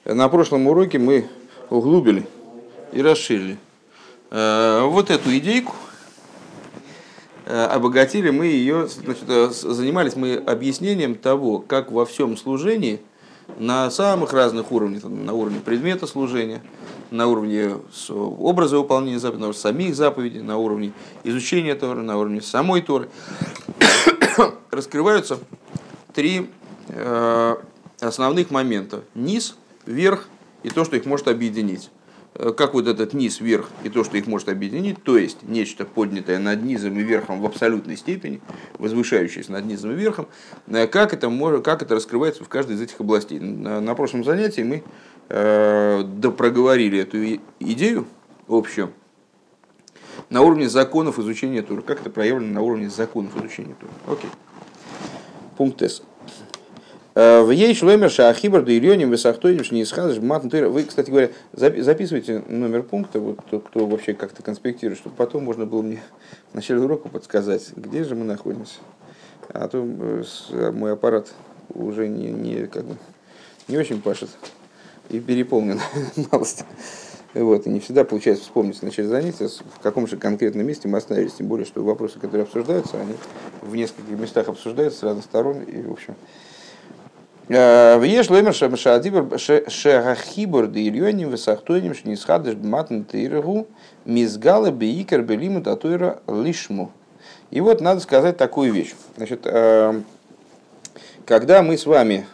На прошлом уроке мы углубили и расширили вот эту идейку, обогатили мы ее, значит, занимались мы объяснением того, как во всем служении на самых разных уровнях, на уровне предмета служения, на уровне образа выполнения заповедей, на уровне самих заповедей, на уровне изучения Торы, на уровне самой Торы, раскрываются три основных момента: низ, верх и то, что их может объединить. Как вот этот низ, верх и то, что их может объединить, то есть нечто поднятое над низом и верхом в абсолютной степени, возвышающееся над низом и верхом, как это раскрывается в каждой из этих областей. На прошлом занятии мы допроговорили эту идею общую на уровне законов изучения Торы. Как это проявлено на уровне законов изучения Торы. Окей. Пункт С. В ей шлемер шахибар да ильоним высохтойним шнисхадыш матн тойра. Вы, кстати говоря, записывайте номер пункта, вот тот, кто вообще как-то конспектирует, чтобы потом можно было мне в начале урока подсказать, где же мы находимся. А то мой аппарат уже не очень пашет и переполнен малость. Вот, и не всегда получается вспомнить в начале занятия, в каком же конкретном месте мы остановились. Тем более, что вопросы, которые обсуждаются, они в нескольких местах обсуждаются с разных сторон. И, в общем, в еш лоймер шадибр шахибор да ильоним высохтойним шнисхадыш матн тейргу мизгала бейкер белиму татуира лишму. И вот надо сказать такую вещь. Значит, когда мы с вами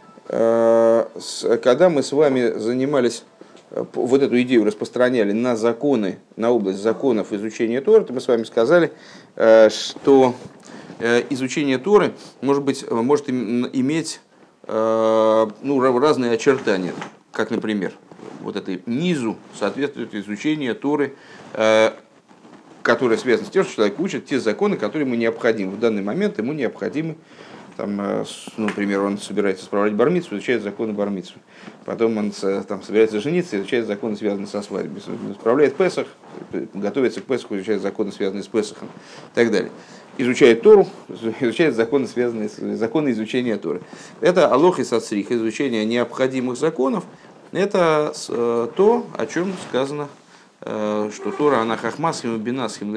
занимались, вот эту идею распространяли на законы, на область законов изучения Торы, то мы с вами сказали, что изучение Торы может иметь разные очертания, как, например, вот этой низу соответствует изучение Торы, которое связано с тем, что человек учит те законы, которые ему необходимы. В данный момент ему необходимы, например, он собирается справлять бар-мицву, изучает законы бар-мицвы. Потом он собирается жениться, изучает законы, связанные со свадьбой. Справляет Песах, готовится к Песаху, изучает законы, связанные с Песахом и так далее. Изучает Тору, изучает законы, связанные с законы изучения Торы. Это алох и сацрих, изучение необходимых законов. Это то, о чем сказано, что Тора, она хахмасхим и бинасхим,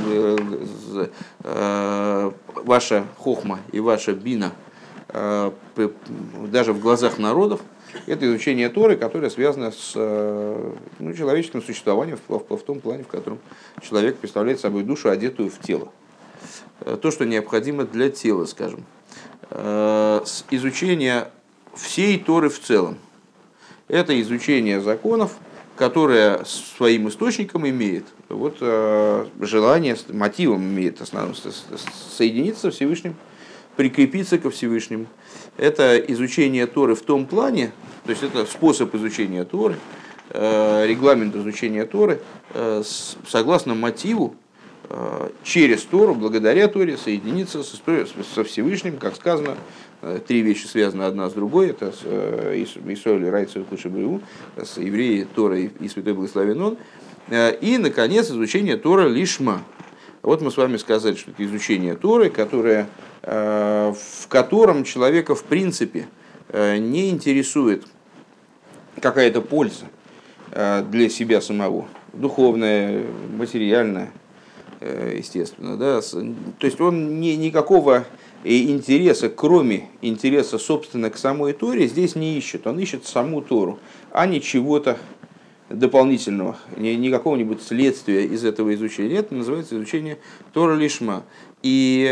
ваша хохма и ваша бина, даже в глазах народов, это изучение Торы, которое связано с человеческим существованием в том плане, в котором человек представляет собой душу, одетую в тело. То, что необходимо для тела, скажем. Изучение всей Торы в целом. Это изучение законов, которое своим источником имеет желание, мотивом имеет основном соединиться со Всевышним, прикрепиться ко Всевышнему. Это изучение Торы в том плане, то есть это способ изучения Торы, регламент изучения Торы, согласно мотиву, через Тору, благодаря Торе, соединиться со Всевышним, как сказано. Три вещи связаны одна с другой. Это Исраэль, Райцу и Кушебрю, с евреи, Тора и Святой Благословен Он. И, наконец, изучение Тора лишма. Вот мы с вами сказали, что это изучение Торы, в котором человека в принципе не интересует какая-то польза для себя самого, духовная, материальная, естественно. Да? То есть он никакого интереса, кроме интереса, собственно, к самой Торе, здесь не ищет. Он ищет саму Тору, а не чего-то дополнительного, не какого-нибудь следствия из этого изучения. Это называется изучение Тора лишма. И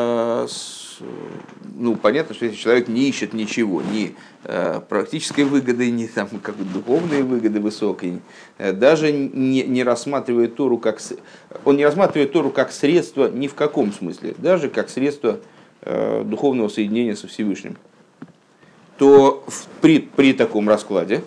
понятно, что если человек не ищет ничего, ни практической выгоды, ни духовной выгоды высокой, даже не рассматривает Тору как... Он не рассматривает Тору как средство ни в каком смысле, даже как средство духовного соединения со Всевышним, то при таком раскладе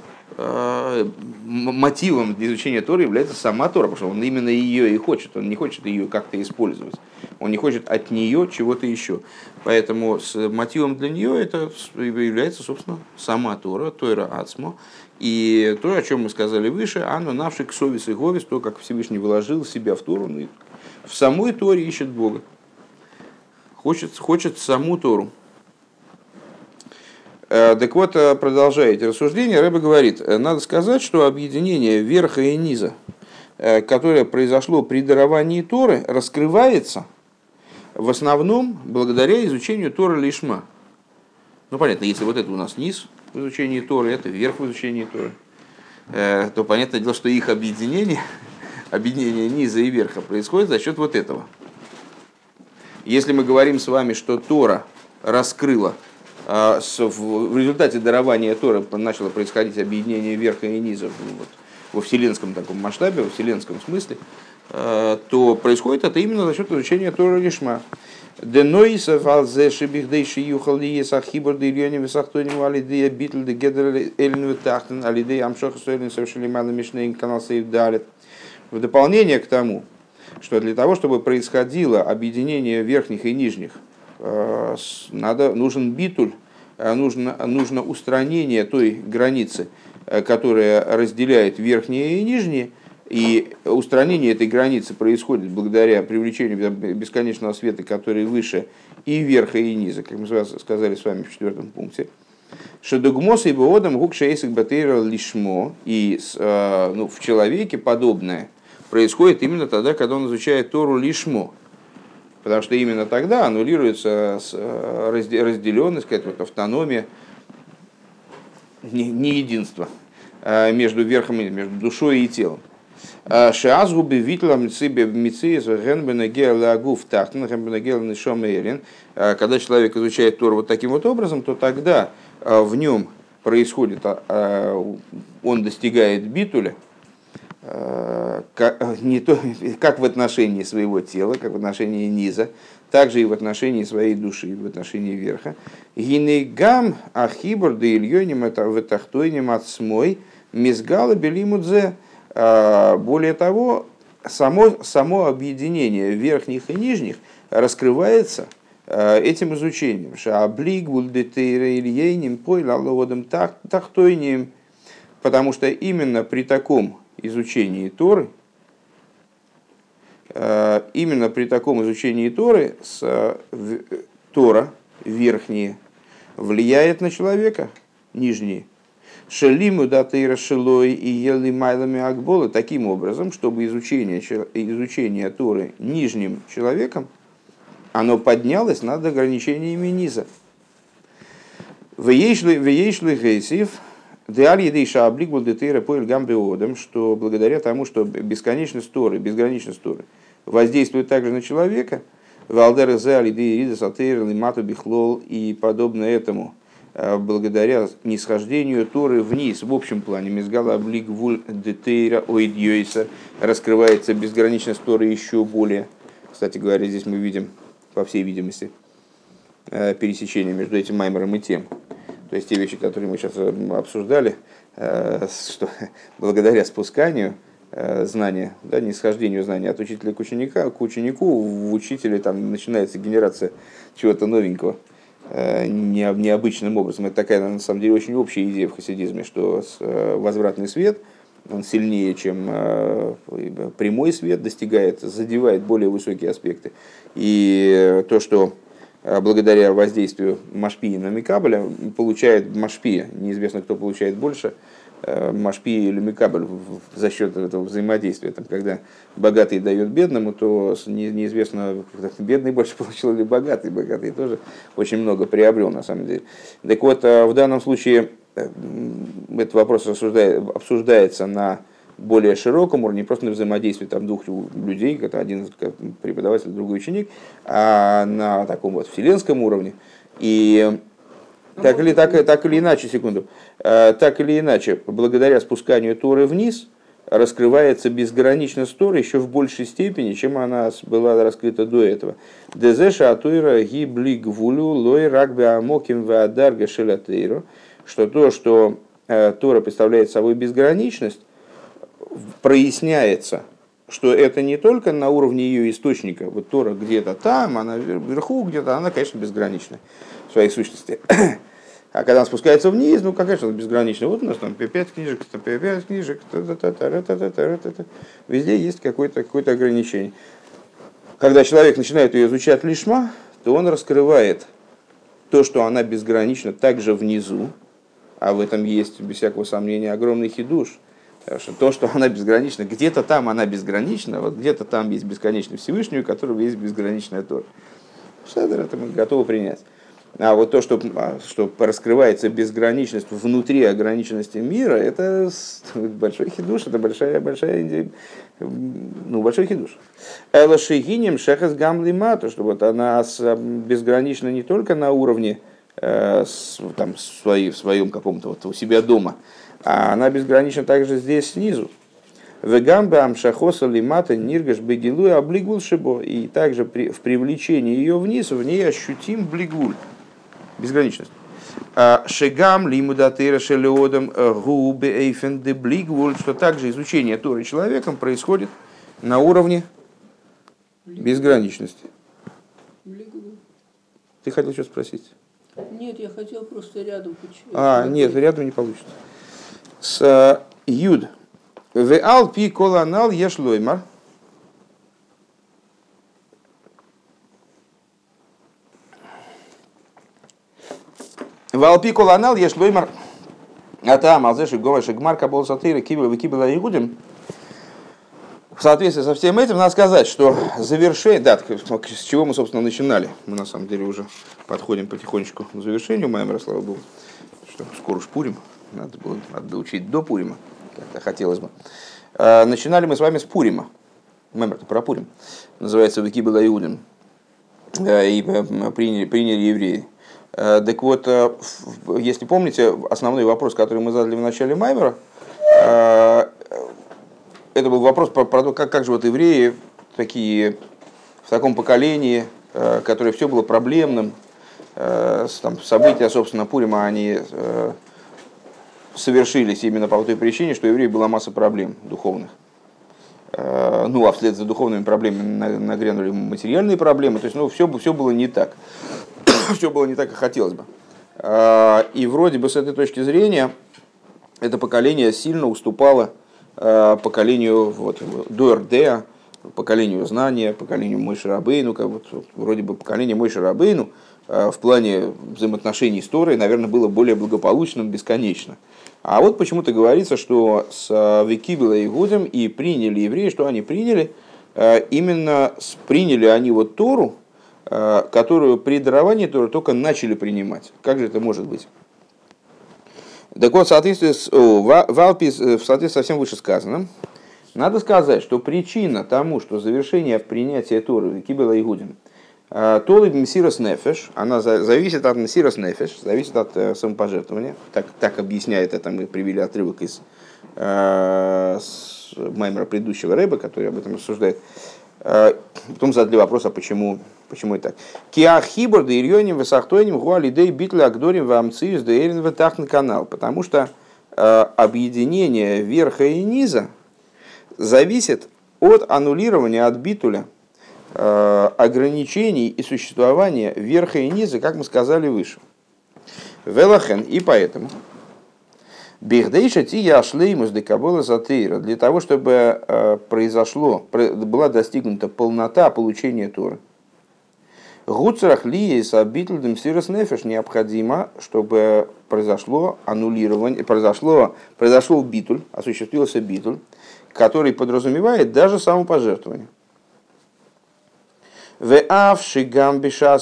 мотивом для изучения Торы является сама Тора, потому что он именно ее и хочет, он не хочет ее как-то использовать, он не хочет от нее чего-то еще. Поэтому с мотивом для нее это является, собственно, сама Тора, Тойра Ацмо. И то, о чем мы сказали выше, оно навшик совесть и говес, то, как Всевышний вложил себя в Тору, в самой Торе ищет Бога. Хочет саму Тору. Так вот, продолжая эти рассуждения, Рэбе говорит, надо сказать, что объединение верха и низа, которое произошло при даровании Торы, раскрывается в основном благодаря изучению Торы лишма. Ну, понятно, если вот это у нас низ в изучении Торы, это верх в изучении Торы, то понятное дело, что их объединение низа и верха происходит за счет вот этого. Если мы говорим с вами, что Тора раскрыла, в результате дарования Торы начало происходить объединение верха и низа вот, во вселенском таком масштабе, во вселенском смысле, то происходит это именно за счет изучения Торы лишма. Денойсов алзеши бихдейши юхал лиес ахибор дильони висахтоним алидея битл де гедер эльн витахтен алидея амшоха соэльн совершили мало мишнейн канал сейв далит. В дополнение к тому, что для того, чтобы происходило объединение верхних и нижних, нужен битуль, нужно устранение той границы, которая разделяет верхние и нижние, и устранение этой границы происходит благодаря привлечению бесконечного света, который выше и верха, и низа, как мы сказали с вами в 4 пункте. Шедугмос и боодам гукшейсик батейра лишмо, и в человеке подобное происходит именно тогда, когда он изучает Тору лишмо. Потому что именно тогда аннулируется разделенность, какая-то автономия, не единство между верхом и между душой и телом. Шиазгуби витлам цибе мициес генбенегел лагуф тахтен генбенегел нишом элен. Когда человек изучает Тору вот таким вот образом, то тогда в нем происходит, он достигает битуля, как в отношении своего тела, как в отношении низа, также и в отношении своей души, в отношении верха. Гинегам ахибор де ильоним это ватахтойним отсмой мизгала белимудзе. Более того, само объединение верхних и нижних раскрывается этим изучением. Шааблик бульдетейра ильейним пойлалодом тахтойним. Потому что именно при таком изучении Торы, Тора, верхние, влияет на человека, нижние. Шелиму датейра шелой и ели майлами акбола таким образом, чтобы изучение Торы нижним человеком, оно поднялось над ограничениями низа. Веешли гейсив, что благодаря тому, что бесконечность Торы, безграничность Торы воздействует также на человека, и подобно этому, благодаря нисхождению Торы вниз, в общем плане, раскрывается безграничность Торы еще более. Кстати говоря, здесь мы видим, по всей видимости, пересечение между этим маймером и тем. То есть те вещи, которые мы сейчас обсуждали, что благодаря спусканию знания, да, нисхождению знания от учителя к ученику, в учителе там начинается генерация чего-то новенького, необычным образом. Это такая, на самом деле, очень общая идея в хасидизме, что возвратный свет, он сильнее, чем прямой свет, задевает более высокие аспекты. И то, что благодаря воздействию Машпии на Микабеля получает Машпия. Неизвестно, кто получает больше, Машпия или Микабель за счет этого взаимодействия. Там, когда богатый дает бедному, то неизвестно, бедный больше получил или богатый. Богатый тоже очень много приобрел, на самом деле. Так вот, в данном случае этот вопрос обсуждается на более широком уровне, не просто на взаимодействии там, двух людей, это один преподаватель, другой ученик, а на таком вот вселенском уровне. И так или иначе, так или иначе, благодаря спусканию Торы вниз, раскрывается безграничность Торы еще в большей степени, чем она была раскрыта до этого. Дезеша атуира гибли гвулю лой рагбе амоким ваадарга шелатейру, что то, что Тора представляет собой безграничность, проясняется, что это не только на уровне ее источника, вот Тора где-то там, она вверху где-то, она, конечно, безгранична в своей сущности. А когда она спускается вниз, ну, конечно, она безгранична. Вот у нас там 5 книжек, там 5 книжек, везде есть какое-то ограничение. Когда человек начинает ее изучать лишма, то он раскрывает то, что она безгранична также внизу, а в этом есть, без всякого сомнения, огромный хидуш, что то, что она безгранична, где-то там она безгранична, вот где-то там есть бесконечный Всевышний, у которого есть безграничная Тора. Это мы готовы принять. А вот то, что раскрывается безграничность внутри ограниченности мира, это большой хидуш, это большой хидуш. Элашигинем шехас гамли мата, что вот она безгранична не только на уровне в своем каком-то вот у себя дома, а она безгранична также здесь снизу. Вегамба амшахоса лимата ниргаш бегилуй облигул шибо. И также в привлечении ее вниз, в ней ощутим блигуль, безграничность. Шегам лимудатыра шелеодам губе эйфен де блигуль, что также изучение Торы человеком происходит на уровне безграничности. Ты хотел что спросить? Нет, я хотел просто рядом почитать. Нет, рядом не получится. С Юд. В Алпи колонал ешлоймар. В Алпи колонал ешлоймар. А там алзеши говаши гмар кабол сатыра кибла выкибла игудим. В соответствии со всем этим надо сказать, что завершение, да, с чего мы, собственно, начинали. Мы, на самом деле, уже подходим потихонечку к завершению Маймера, слава Богу. Что скоро уж Пурим, надо доучить до Пурима, как-то хотелось бы. Начинали мы с вами с Пурима. Маймер-то про Пурим. Называется «Веки была Иудим». И приняли евреи. Так вот, если помните, основной вопрос, который мы задали в начале Маймера, это был вопрос про то, как же вот евреи такие, в таком поколении, которое все было проблемным, события, собственно, Пурима, они совершились именно по той причине, что у евреев была масса проблем духовных. А вслед за духовными проблемами нагрянули материальные проблемы, то есть все было не так. Все было не так, как хотелось бы. И вроде бы с этой точки зрения это поколение сильно уступало поколению Дуэрдеа, поколению знания, поколению Моше Рабейну, вроде бы поколение Моше Рабейну в плане взаимоотношений с Торой, наверное, было более благополучным бесконечно. А вот почему-то говорится, что с Викибела и Гудем и приняли евреи, что они приняли, именно приняли они вот Тору, которую при даровании Торы только начали принимать. Как же это может быть? Так вот, в соответствии со всем вышесказанным, надо сказать, что причина тому, что завершение принятия Торы Кибела и Гудим, Толы Мсирос Нефеш, она зависит от Мсирос Нефеш, зависит от самопожертвования. Так объясняет это, мы привели отрывок из маймера предыдущего рэба, который об этом рассуждает. Потом задали вопрос, а почему и так. Киахибор да ирьоним высахтойним гуалидей битля агдорим вамциюс да эрин ватахн канал. Потому что объединение верха и низа зависит от аннулирования, от битуля, ограничений и существования верха и низа, как мы сказали выше. Велахен, и поэтому Бехдейша тия шлеймус декабола затейра, для того, чтобы была достигнута полнота получения Торы. Гуцрах лиес абитлдем сирос нефеш, необходимо, чтобы произошло аннулирование, произошел битуль, осуществился битуль, который подразумевает даже самопожертвование. Несмотря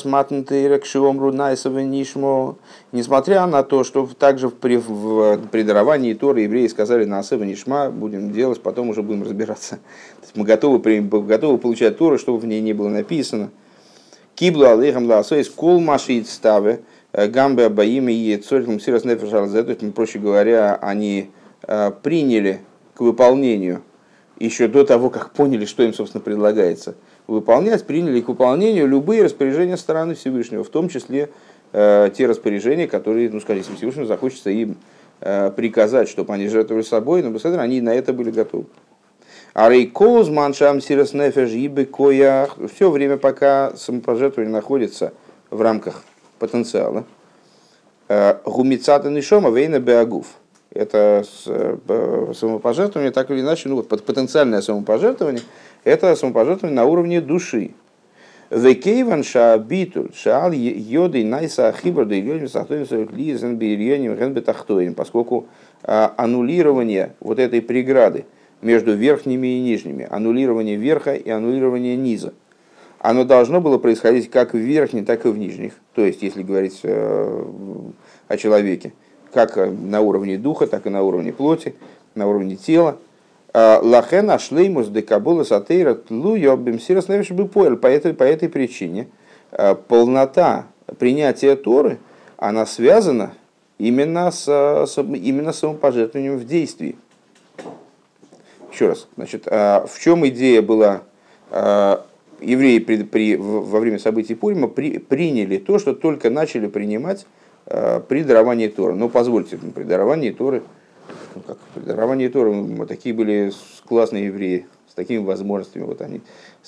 на то, что также при даровании Торы евреи сказали на Асева Нишма, будем делать, потом уже будем разбираться. То есть мы готовы получать Тору, чтобы в ней не было написано. Киблу алейхам лаасоис кол машит ставе гамбе абаими и цорьком сирос нефешалзе. То есть, проще говоря, они приняли к выполнению еще до того, как поняли, что им, собственно, предлагается выполнять, приняли к выполнению любые распоряжения стороны Всевышнего, в том числе те распоряжения, которые, если Всевышнему захочется им приказать, чтобы они жертвовали собой, но они на это были готовы. А рейкоз маншам сирос нефеш ибе коях, все время, пока самопожертвование находится в рамках потенциала, гумицата нишома вейна беагуф. Это самопожертвование, так или иначе, потенциальное самопожертвование, это самопожертвование на уровне души. Векейван шаабитуль шаал йоды найса хибрда ильёним сахтоимся лизен бирьёним генбетахтоим, поскольку аннулирование вот этой преграды между верхними и нижними, аннулирование верха и аннулирование низа, оно должно было происходить как в верхних, так и в нижних. То есть, если говорить о человеке, как на уровне духа, так и на уровне плоти, на уровне тела. Лахена шлеймус декабула сатейра тлуйо бимсирас нефеш бипоэль. По этой причине полнота принятия Торы, она связана именно с самопожертвованием в действии. Еще раз, значит, в чем идея была? Евреи во время событий Пурима приняли то, что только начали принимать при даровании Торы. Ну, позвольте, при даровании Торы, при даровании Торы мы такие были классные евреи, с такими возможностями, вот они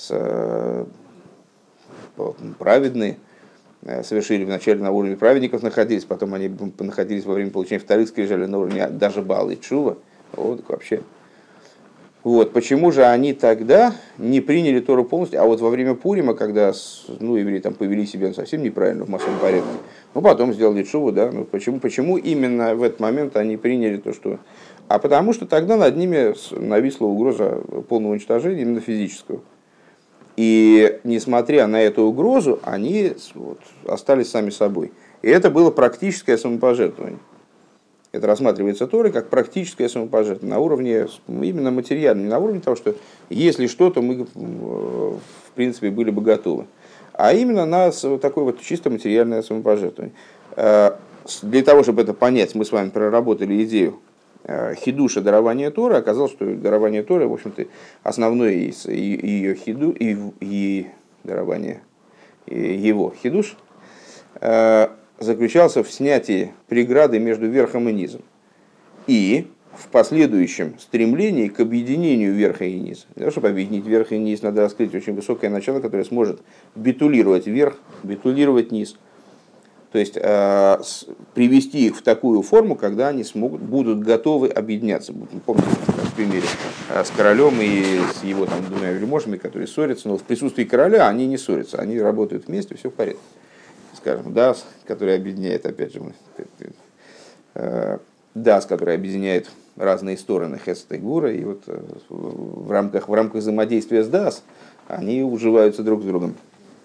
праведные, совершили вначале на уровне праведников находились, потом они находились во время получения вторых скрижалей на уровне даже Баала и Тшува. Вот вообще. Вот, почему же они тогда не приняли Тору полностью, а вот во время Пурима, когда евреи там повели себя совсем неправильно в массовом порядке, потом сделали тшуву, да, почему именно в этот момент они приняли то, что... А потому что тогда над ними нависла угроза полного уничтожения, именно физического. И несмотря на эту угрозу, они остались сами собой. И это было практическое самопожертвование. Это рассматривается Торой как практическое самопожертвование на уровне именно материальном, не на уровне того, что если что-то мы в принципе были бы готовы, а именно на такое вот чисто материальное самопожертвование. Для того, чтобы это понять, мы с вами проработали идею хидуша дарования Торы. Оказалось, что дарование Торы, в общем-то, основной ее хиду и дарование его хидуш заключался в снятии преграды между верхом и низом и в последующем стремлении к объединению верха и низа. Для того, чтобы объединить верх и низ, надо раскрыть очень высокое начало, которое сможет битулировать верх, битулировать низ. То есть привести их в такую форму, когда они будут готовы объединяться. Помните, в примере с королем и с его там двумя вельможами, которые ссорятся, но в присутствии короля они не ссорятся, они работают вместе, все в порядке. Скажем, дас, который объединяет, опять же, дас, который объединяет разные стороны хесед и гура, и вот в рамках взаимодействия с дас они уживаются друг с другом.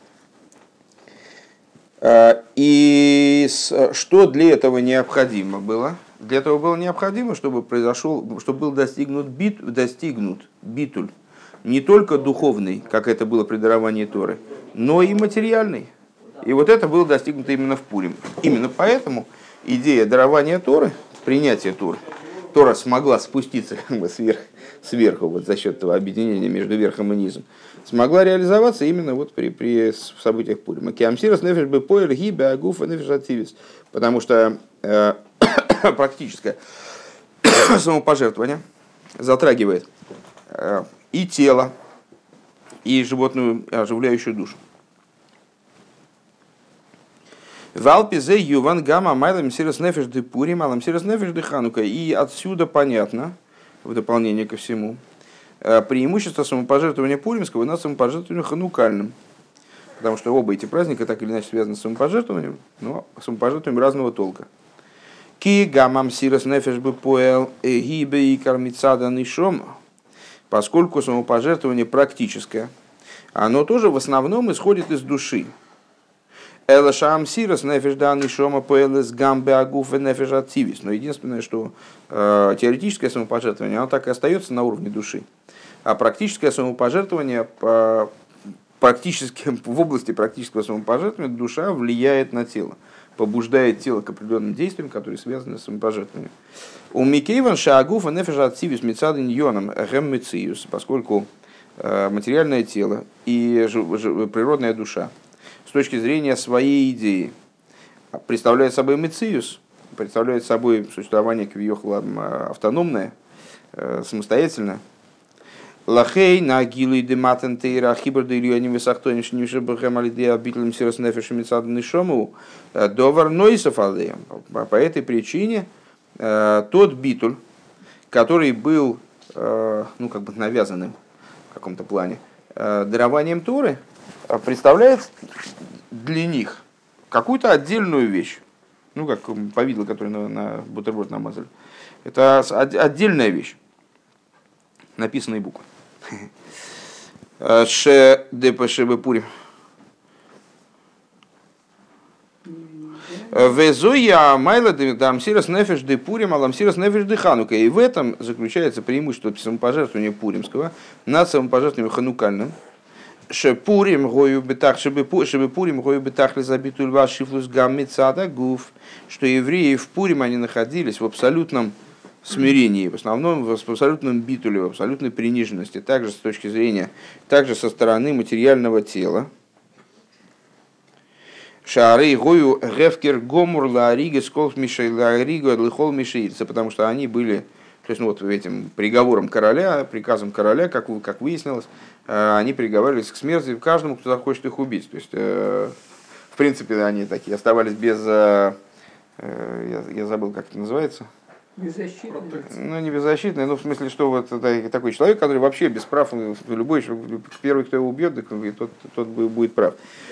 И что для этого необходимо было? Для этого было необходимо, чтобы был достигнут битуль, не только духовный, как это было при даровании Торы, но и материальный. И вот это было достигнуто именно в Пурим. Именно поэтому идея дарования Торы, принятия Торы, Тора смогла спуститься как бы сверху вот, за счет этого объединения между верхом и низом, смогла реализоваться именно вот при событиях Пурима. Киамсирас нефеш бепоэль гибе агуфа нефеш ативис. Потому что практическое самопожертвование затрагивает и тело, и животную оживляющую душу. Валпизе юван гамма майлам сирас нефеш де пурим, алам сирас нефеш де ханука. И отсюда понятно, в дополнение ко всему, преимущество самопожертвования пуримского над самопожертвованием ханукальным. Потому что оба эти праздника так или иначе связаны с самопожертвованием, но самопожертвованием разного толка. Ки гамам сирас нефеш бы поэл гибе и кармицада нишом. Поскольку самопожертвование практическое, оно тоже в основном исходит из души. Элашам сирас нефеш да нишома поэлэс гамбе агуф и нефеш ацивис. Но единственное, что теоретическое самопожертвование, оно так и остается на уровне души. А практическое самопожертвование, в области практического самопожертвования душа влияет на тело, побуждает тело к определенным действиям, которые связаны с самопожертвованием. У Микейван шаагуф и нефеш ацивис мицадин йоном гэм мициюс, поскольку материальное тело и природная душа с точки зрения своей идеи представляет собой мециюс, представляет собой существование квиохла автономное, самостоятельное. Лахей на гилы дематен тейра хибр дырьёним висахтониш нишебхэм алидея битлем сирос нефешем мецадн нишому довар нойсов алеем. По этой причине тот битуль, который был навязанным в каком-то плане дарованием Торы, представляет для них какую-то отдельную вещь. Ну, как повидло, которое на бутерброд намазали. Это отдельная вещь. Написанные буквы. Ше ДПШБ Пурим. Везуя майла дамсирас нефеш де Пурим, аламсирас нефеш де Ханука. И в этом заключается преимущество самопожертвования пуримского над самопожертвованием ханукальным. Шепурим гою бетах, шебепурим гою бетах лизабитуль вашифлус гаммицада гуф, что евреи в Пурим они находились в абсолютном смирении, в основном в абсолютном битуле, в абсолютной приниженности, также с точки зрения, также со стороны материального тела. Шары гою гефкер гомур лаарига сколф мишей лаарига лихол мишеится, потому что они были, то есть, ну, вот этим приговором короля, приказом короля, как выяснилось, они приговаривались к смерти каждому, кто захочет их убить. То есть, в принципе, они такие оставались без, я забыл, как это называется. Беззащитный. Ну, не беззащитный, но в смысле, что вот такой человек, который вообще без прав, любой, первый, кто его убьет, тот будет прав.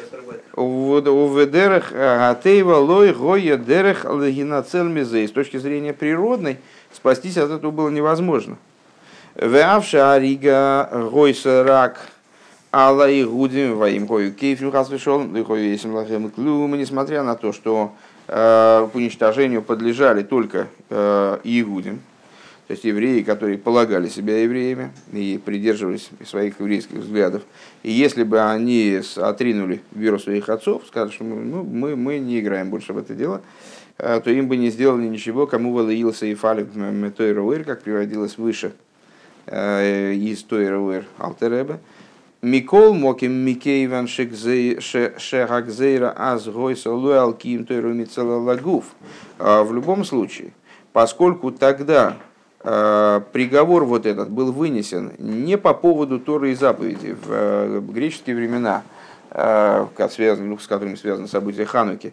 У ведерах атеева лой гоя дерех легинацел мизей. С точки зрения природной, спастись от этого было невозможно. Веавша арига гойса рак алла и гудим воим гою кейфим хасвешол гою есим лахем клюм. Несмотря на то, что к уничтожению подлежали только иудим, то есть евреи, которые полагали себя евреями и придерживались своих еврейских взглядов. И если бы они отринули веру своих отцов, сказали, что мы не играем больше в это дело, то им бы не сделали ничего, кому валаился и фалик метойруэр, как приводилось выше из тойруэр алтеребе. Микол моким микейван шехакзейра аз гойса луэл ким тойру мицела лагуф. В любом случае, поскольку тогда приговор вот этот был вынесен не по поводу Торы и заповедей в греческие времена, с которыми связаны события Хануки,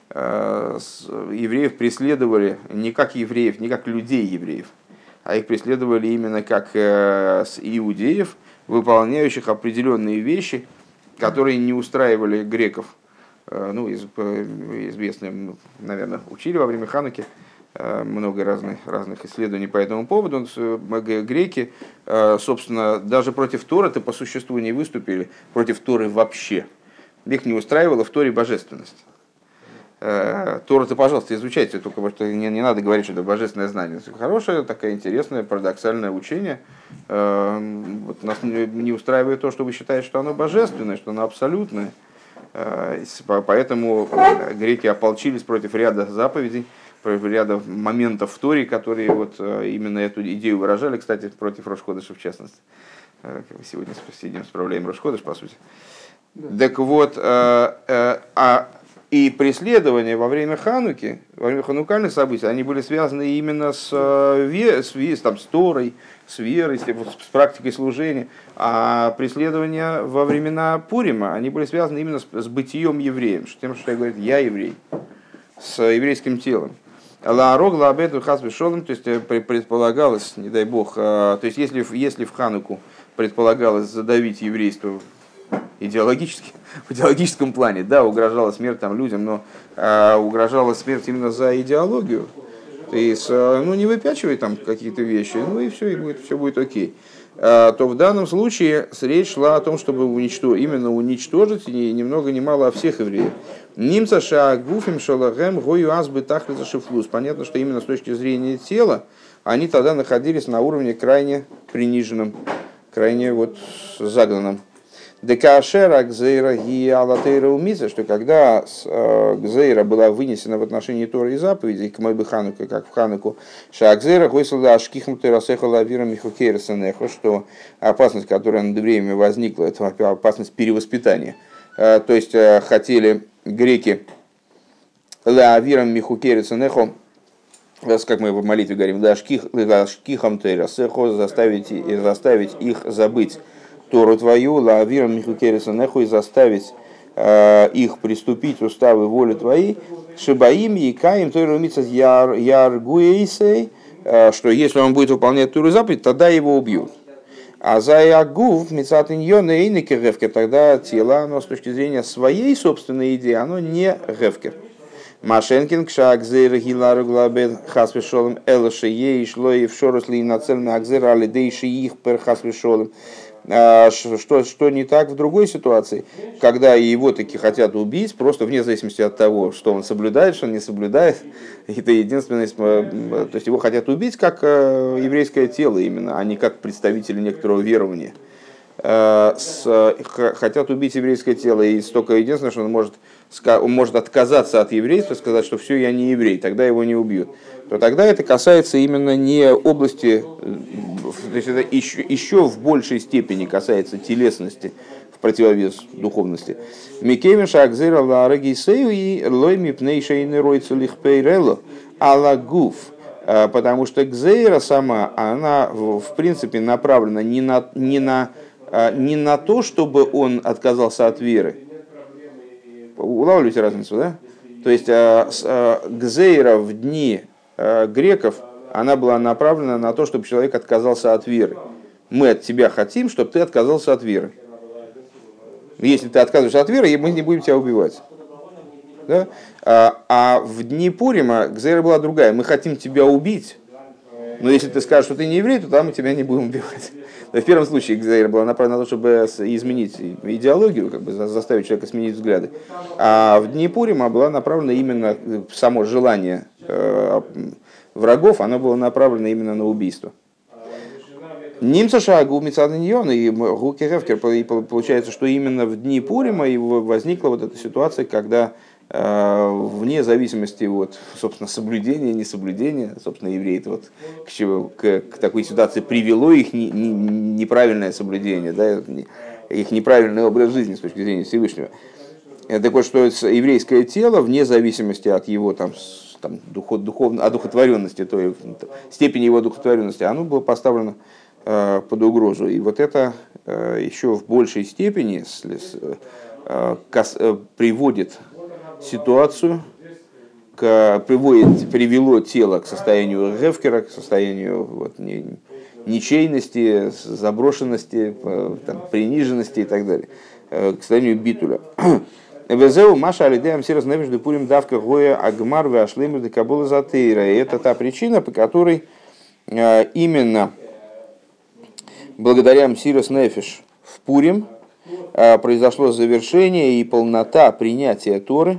евреев преследовали не как евреев, не как людей евреев, а их преследовали именно как иудеев, выполняющих определенные вещи, которые не устраивали греков. Ну, известные, наверное, учили во время Хануки, много разных исследований по этому поводу. Греки, собственно, даже против Торы-то по существу не выступили, против Торы вообще. Их не устраивала в Торе божественность. Тору-то, пожалуйста, изучайте, только что не надо говорить, что это божественное знание. Это хорошее, такое интересное, парадоксальное учение. Вот нас не устраивает то, что вы считаете, что оно божественное, что оно абсолютное. Поэтому греки ополчились против ряда заповедей, против ряда моментов в Торе, которые вот именно эту идею выражали, кстати, против Рош ха-Ходеша в частности. Сегодня сидим, справляем Рош ха-Ходеш, по сути. Да. Так вот, и преследования во время Хануки, во время ханукальных событий, они были связаны именно с Торой, с верой, с практикой служения. А преследования во времена Пурима, они были связаны именно с бытием евреем, с тем, что говорит «я еврей», с еврейским телом. Лаарог лаабету хасве шолом, то есть предполагалось, не дай бог, то есть если в Хануку предполагалось задавить еврейство идеологически, в идеологическом плане, да, угрожала смерть там людям, но угрожала смерть именно за идеологию. То есть, не выпячивай там какие-то вещи, и все будет окей. То в данном случае речь шла о том, чтобы именно уничтожить ни много ни мало всех евреев. Нимца шаагуфим шалагем гою азбы тахли зашифлус. Понятно, что именно с точки зрения тела они тогда находились на уровне крайне приниженном, крайне вот загнанном. Декашера гзейра ги алатейра умица, что когда гзейра была вынесена в отношении Торы и заповедей, к мой бы Ханука, как в Хануку, шагзейра гойсала ашкихм терасеха лавира михукейрсенехо, что опасность, которая над евреями возникла, это опасность перевоспитания. То есть хотели греки лавирам михукейрсенехо, как мы в молитве говорим, ашкихам терасехо, заставить их забыть Тору твою, лаавирам михукерисанеху, и заставить их приступить уставы воли твоей, шибаим и каим тойру мицас яргуэйсей, что если он будет выполнять Тору заповедь, тогда его убьют. А за ягув мецатиньона и гефкер, тогда тело, оно с точки зрения своей собственной идеи, оно не гефкер. Машенкин кшак зейр гилару глабет хасвешолым элэши ейш лоев шоросли нацельный акзер алидейши их пер хасвешолым. Что не так в другой ситуации, когда его таки хотят убить, просто вне зависимости от того, что он соблюдает, что он не соблюдает. Это единственное, то есть его хотят убить как еврейское тело именно, а не как представители некоторого верования. Хотят убить еврейское тело, и только единственное, что он может отказаться от еврейства, сказать, что все, я не еврей, тогда его не убьют. То тогда это касается именно не области, то есть это еще в большей степени касается телесности в противовес духовности. Микевиша акзера ларагисею и лойми пнейшейны ройцелих пейрело алагуф. Потому что гзейра сама, она в принципе направлена не на то, чтобы он отказался от веры. Улавливаете разницу, да? То есть гзейра в дни греков, она была направлена на то, чтобы человек отказался от веры. Мы от тебя хотим, чтобы ты отказался от веры. Если ты отказываешься от веры, мы не будем тебя убивать. Да? А в дни Пурима гзейра была другая. Мы хотим тебя убить, но если ты скажешь, что ты не еврей, то там мы тебя не будем убивать. В первом случае гзейра была направлена на то, чтобы изменить идеологию, как бы заставить человека сменить взгляды. А в дни Пурима была направлена именно само желание врагов, оно было направлено именно на убийство. Немца шагу мицадыньон и гуки гефкер. Получается, что именно в дни Пурима возникла вот эта ситуация, когда вне зависимости от, собственно, соблюдения, несоблюдения, собственно, евреи вот к такой ситуации привело их неправильное соблюдение, да, их неправильный образ жизни с точки зрения Всевышнего. Так вот, что еврейское тело, вне зависимости от его одухотворенности, той степени его одухотворенности, оно было поставлено под угрозу. И вот это еще в большей степени приводит ситуацию, привело тело к состоянию гефкера, к состоянию ничейности, заброшенности, приниженности и так далее, к состоянию битуля. Везеу Маша Алидеям Сирос Невиш Пурим Давка Гоя Агмар Вашлимер Декабула Затейра. Это та причина, по которой именно благодаря Мсирос Нефиш в Пурим произошло завершение и полнота принятия Торы.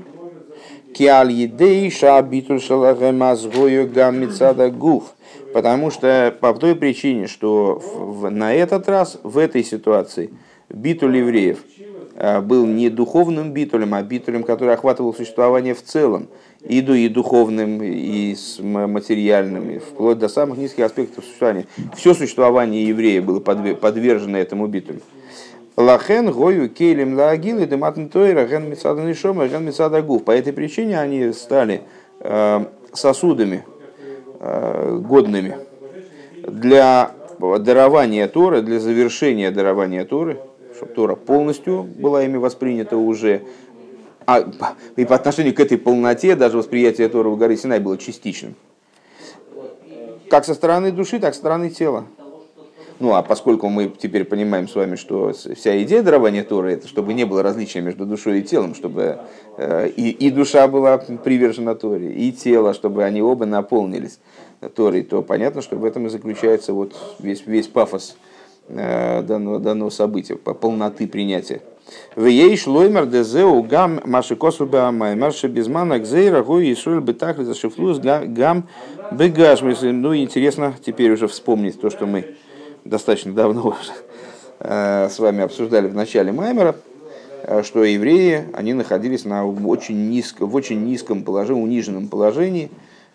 Потому что по той причине, что на этот раз, в этой ситуации, битуль евреев был не духовным битулем, а битулем, который охватывал существование в целом, и духовным, и материальным, и вплоть до самых низких аспектов существования. Все существование еврея было подвержено этому битулю. Лахен гою кейлем лагилы дематн тойра ген мецада нишома ген мецада гуф. По этой причине они стали сосудами годными для дарования Торы, для завершения дарования Торы, чтобы Тора полностью была ими воспринята уже. И по отношению к этой полноте даже восприятие Торы в горе Синай было частичным. Как со стороны души, так и со стороны тела. Ну, а поскольку мы теперь понимаем с вами, что вся идея дарования Торы, это чтобы не было различия между душой и телом, чтобы и душа была привержена Торе, и тело, чтобы они оба наполнились Торой, то понятно, что в этом и заключается вот весь пафос данного события, полноты принятия. В ей шлоймер дезеу гам маши косуба марши безмана гзейра гой и соль бетахли зашифлус гам бегаш. Ну, интересно теперь уже вспомнить то, что мы достаточно давно уже с вами обсуждали в начале Маймера, что евреи, они находились в очень низком положении, униженном положении,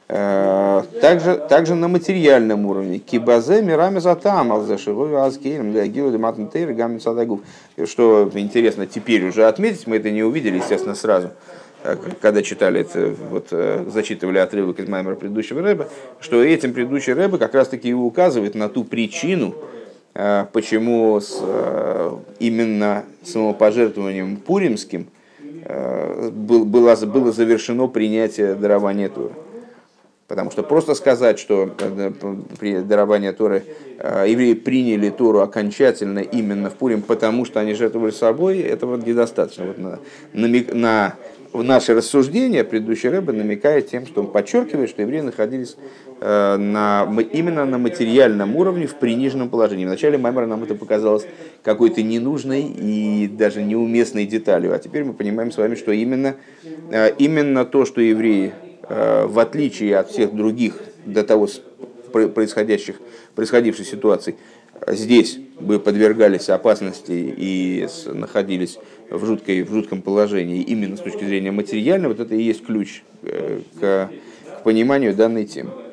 также на материальном уровне. Кибазе мирами затам, алзашивой азкейром для гилу дематнтейр гамин садагув. Что интересно теперь уже отметить, мы это не увидели, естественно, сразу, когда читали это, зачитывали отрывок из Маймера предыдущего рэба, что этим предыдущий рэбе как раз-таки и указывает на ту причину, почему именно самопожертвованием пуримским было завершено принятие дарования Торы. Потому что просто сказать, что при даровании Торы евреи приняли Тору окончательно именно в Пурим, потому что они жертвовали собой, этого недостаточно. Вот в наше рассуждение предыдущий рэбе намекает тем, что он подчеркивает, что евреи находились именно на материальном уровне в приниженном положении. В начале маймера нам это показалось какой-то ненужной и даже неуместной деталью, а теперь мы понимаем с вами, что именно то, что евреи, в отличие от всех других до того происходивших ситуаций, здесь бы подвергались опасности и находились в жутком положении именно с точки зрения материальной, вот это и есть ключ к пониманию данной темы.